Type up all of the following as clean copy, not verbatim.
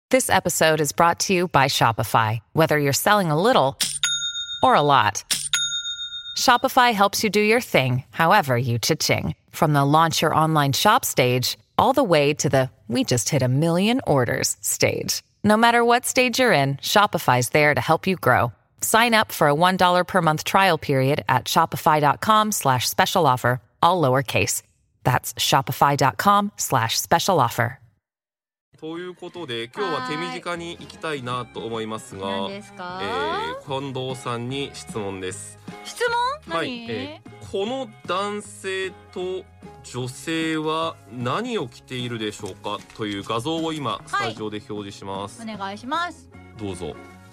This episode is brought to you by Shopify. Whether you're selling a little or a lot, Shopify helps you do your thing, however you cha-ching. From the launch your online shop stage, all the way to the we just hit 1 million orders stage. No matter what stage you're in, Shopify's there to help you grow. Sign up for a $1 per month trial period at shopify.com/special offer, all lowercase. That's shopify.com/special offer. ということで今日は手短に行きたいなと思いますが、 何ですか？ 近藤さんに質問です。 質問？ はい、この男性と女性は何を着ているでしょうかという画像を今スタジオで表示します。 お願いします。 どうぞ。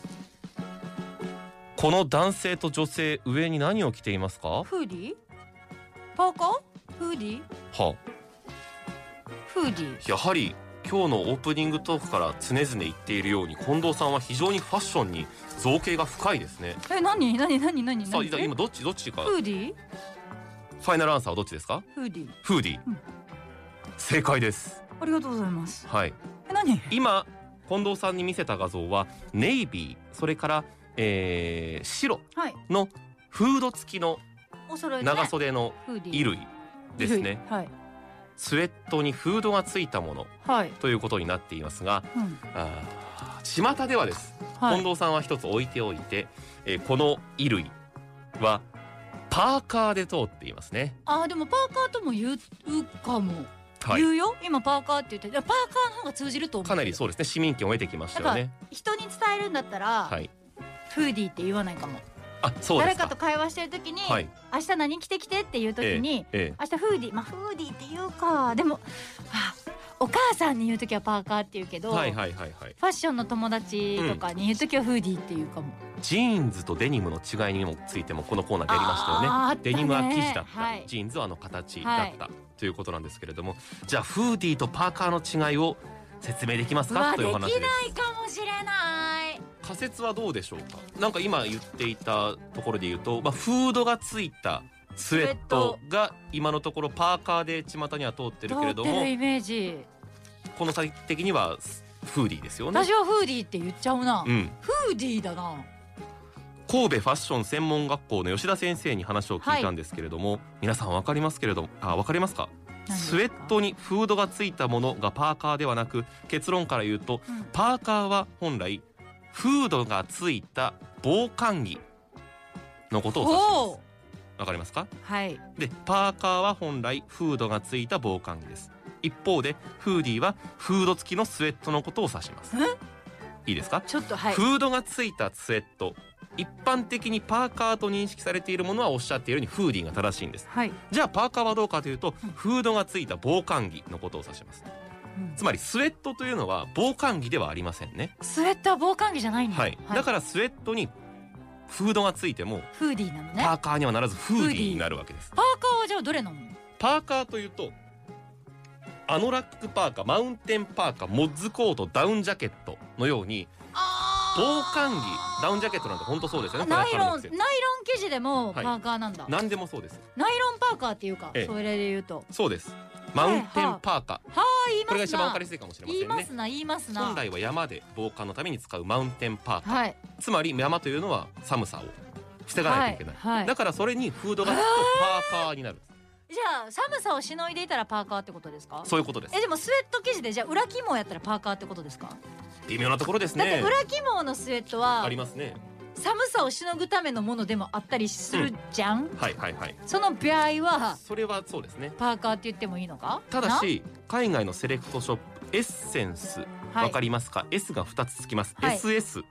この男性と女性、上に何を着ていますか？ フーディー？パーカー？フーディー？ はフーディー。 やはり今日のオープニングトークから常々言っているように近藤さんは非常にファッションに造形が深いですね。 何さあ今どっちか。 フーディー？ ファイナルアンサーはどっちですか？ フーディー。 フーディー、正解です。 ありがとうございます。 はい。 何？ 今近藤さんに見せた画像はネイビー、それから、白のフード付きの長袖の衣類ですね。 はい。 スウェットにフードがついたもの、 はい、 ということになっていますが、巷ではです、近藤さんは一つ置いておいて、この衣類はパーカーで通っていますね。 でもパーカーとも言うかも、 はい、 言うよ。今パーカーって言ってパーカーの方が通じると思う。 かなりそうですね、市民権を得てきましたよね。 人に伝えるんだったら、 はい、 フーディーって言わないかも。 そうですか。 誰かと会話してる時に、 はい、 明日何着てきてっていう時に、明日フーディー、フーディーって言うか。でもお母さんに言う時はパーカーって言うけど、ファッションの友達とかに言う時はフーディーって言うかも。 ジーンズとデニムの違いにもついてもこのコーナーでやりましたよね。デニムは生地だった、ジーンズは形だった、ということなんですけれども、じゃあフーディーとパーカーの違いを説明できますかというお話です。 できないかもしれない。 仮説はどうでしょうか。なんか今言っていたところで言うと、フードがついたスウェットが今のところパーカーで巷には通ってるけれども、 通ってるイメージ。 この先的にはフーディーですよね。 私はフーディーって言っちゃうな、 フーディーだな。 神戸ファッション専門学校の吉田先生に話を聞いたんですけれども、皆さん分かりますか？スウェットにフードがついたものがパーカーではなく、結論から言うと、パーカーは本来フードがついた防寒着のことを指します。わかりますか？ はい。 で、パーカーは本来フードがついた防寒着です。一方でフーディーはフード付きのスウェットのことを指します。いいですか？ ちょっと、はい、 フードがついたスウェット、一般的にパーカーと認識されているものはおっしゃっているようにフーディーが正しいんです、 はい、 じゃあパーカーはどうかというと、フードがついた防寒着のことを指します、つまりスウェットというのは防寒着ではありませんね。 スウェットは防寒着じゃないんだ、 はい、だからスウェットにフードがついてもフーディーなのね。 パーカーにはならずフーディーになるわけです。 パーカーはじゃあどれなの？ パーカーというとアノラックパーカー、マウンテンパーカー、モッズコート、ダウンジャケットのように防寒着、ダウンジャケットなんて本当そうですよね。 ナイロン生地でもパーカーなんだ、 何でもそうです。 ナイロンパーカーっていうか、それで言うとそうです。マウンテンパーカー、 言いますな。 これが一番わかりやすいかもしれませんね。 言いますな。 本来は山で防寒のために使うマウンテンパーカー、つまり山というのは寒さを防がないといけない、だからそれにフードがつくとパーカーになる。 じゃあ寒さをしのいでいたらパーカーってことですか？ そういうことです。 でもスウェット生地でじゃあ裏起毛やったらパーカーってことですか？ 微妙なところですね。 だって裏起毛のスウェットはありますね。 寒さをしのぐためのものでもあったりするじゃん、その場合はそれはそうですね、 パーカーって言ってもいいのか。 ただし海外のセレクトショップエッセンス、わかりますか？ S が2つつきます、SSENSE、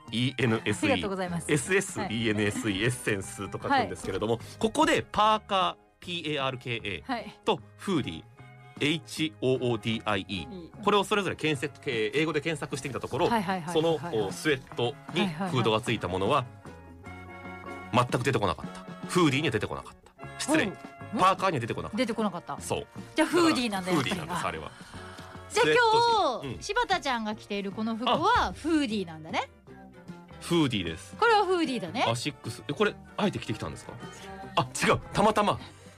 SSENSE、 エッセンスと書くんですけれども、ここでパーカーPARKA とフーディーHOODIE、これをそれぞれ英語で検索してみたところ、そのスウェットにフードがついたものは全く出てこなかった。フーディーには出てこなかった。失礼、パーカーには出てこなかった。そう。 じゃあフーディーなんだよ。 フーディーなんです、あれは。 じゃあ今日柴田ちゃんが着ているこの服はフーディーなんだね。 フーディーです。 これはフーディーだね。 アシックス、これあえて着てきたんですか？違う、たまたま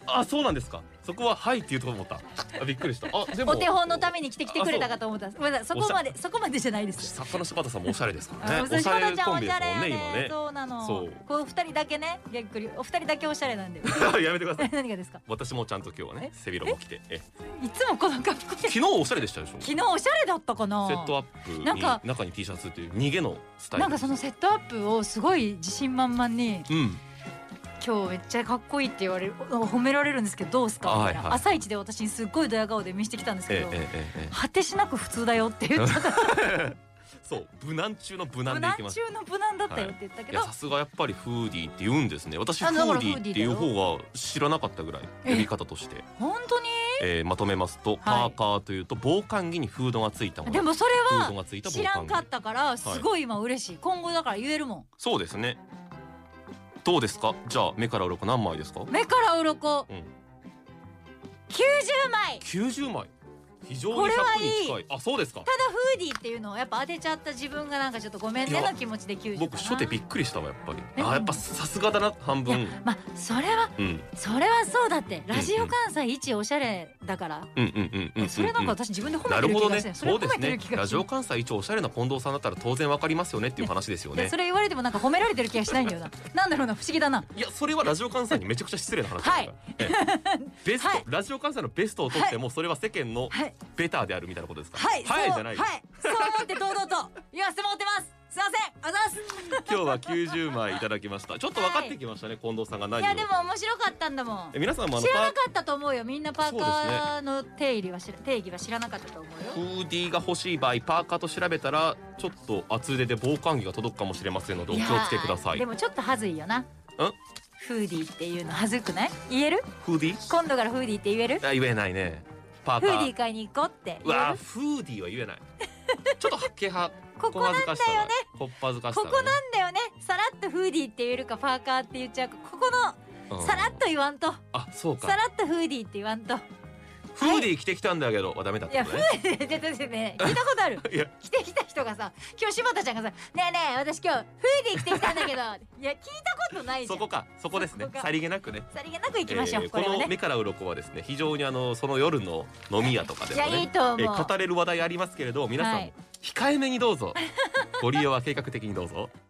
あ、そうなんですか。そこははいって言うと思った。びっくりした。あ、でもお手本のために来てくれたかと思った。ごめんなさい、そこまでじゃないです。 作家の柴田さんもおしゃれですからね。 おしゃれコンビですもんね、今ね。 そうなの。こう二人だけね、ぎっくり、お二人だけおしゃれなんで。 やめてください。 何がですか。 私もちゃんと今日はね、背広も着て。 いつもこの格好。 昨日おしゃれでしたでしょ。 昨日おしゃれだったかな。 セットアップに中に T シャツっていう逃げのスタイル。 なんかそのセットアップをすごい自信満々に。今日めっちゃかっこいいって言われる、褒められるんですけどどうすかみたいな、朝一で私にすっごいドヤ顔で見せてきたんですけど、果てしなく普通だよって言っちゃった。 そう無難中の無難でいきました。 無難中の無難だったよって言ったけど、 さすがやっぱりフーディーって言うんですね。私フーディーっていう方が知らなかったぐらい、呼び方として。 本当にまとめますと、パーカーというと防寒着にフードがついたもの。 でもそれは知らんかったからすごい今嬉しい。今後だから言えるもん。 そうですね。どうですか。じゃあ目から鱗何枚ですか。 目から鱗、90枚。 90枚。非常に100に近い。あ、そうですか。 ただフーディーっていうのをやっぱ当てちゃった自分がなんかちょっとごめんねの気持ちで90。 僕初手びっくりしたわやっぱり。やっぱさすがだな半分。 まあそれはそうだって。ラジオ関西一おしゃれだから。それなんか私自分で褒めてる気がして。 そうですね。ラジオ関西一おしゃれな近藤さんだったら当然わかりますよねっていう話ですよね。 それ言われてもなんか褒められてる気がしないんだよな。なんだろうな、不思議だな。 いやそれはラジオ関西にめちゃくちゃ失礼な話ですから。ベストラジオ関西のベストを取ってもそれは世間のベターであるみたいなことですか。 はい、 じゃない。 はい、そう思って堂々と言わせてもらってます。すいません、あざす。 今日は90枚いただきました。ちょっと分かってきましたね、近藤さんが何を。 いやでも面白かったんだもん。 皆さんも知らなかったと思うよ。みんなパーカーの定義は知らなかったと思うよ。 フーディーが欲しい場合パーカーと調べたらちょっと厚手で防寒着が届くかもしれませんのでお気をつけください。 でもちょっとはずいよな。フーディーっていうのはずくない？言える？ フーディー？ 今度からフーディーって言える？ 言えないね。パーカー。 フーディー買いに行こうって言える？ うわ、フーディーは言えない。ちょっと毛はここなんだよね。 こっぱずかしさ。 ここなんだよね。さらっとフーディーって言えるかパーカーって言っちゃうか、ここのさらっと言わんと。 あ、そうか。 さらっとフーディーって言わんと。 フーディー着てきたんだけどはダメだったね。 いやフーディーってね、聞いたことある。着てきた人がさ、今日柴田ちゃんがさ、ねえねえ私今日フーディー着てきたんだけど、いや聞いたことないじゃん。 そこですね。さりげなくね。 さりげなく行きましょう。 この目から鱗はですね、非常にその夜の飲み屋とかでもね、語れる話題ありますけれど、皆さん控えめにどうぞ。ご利用は計画的にどうぞ。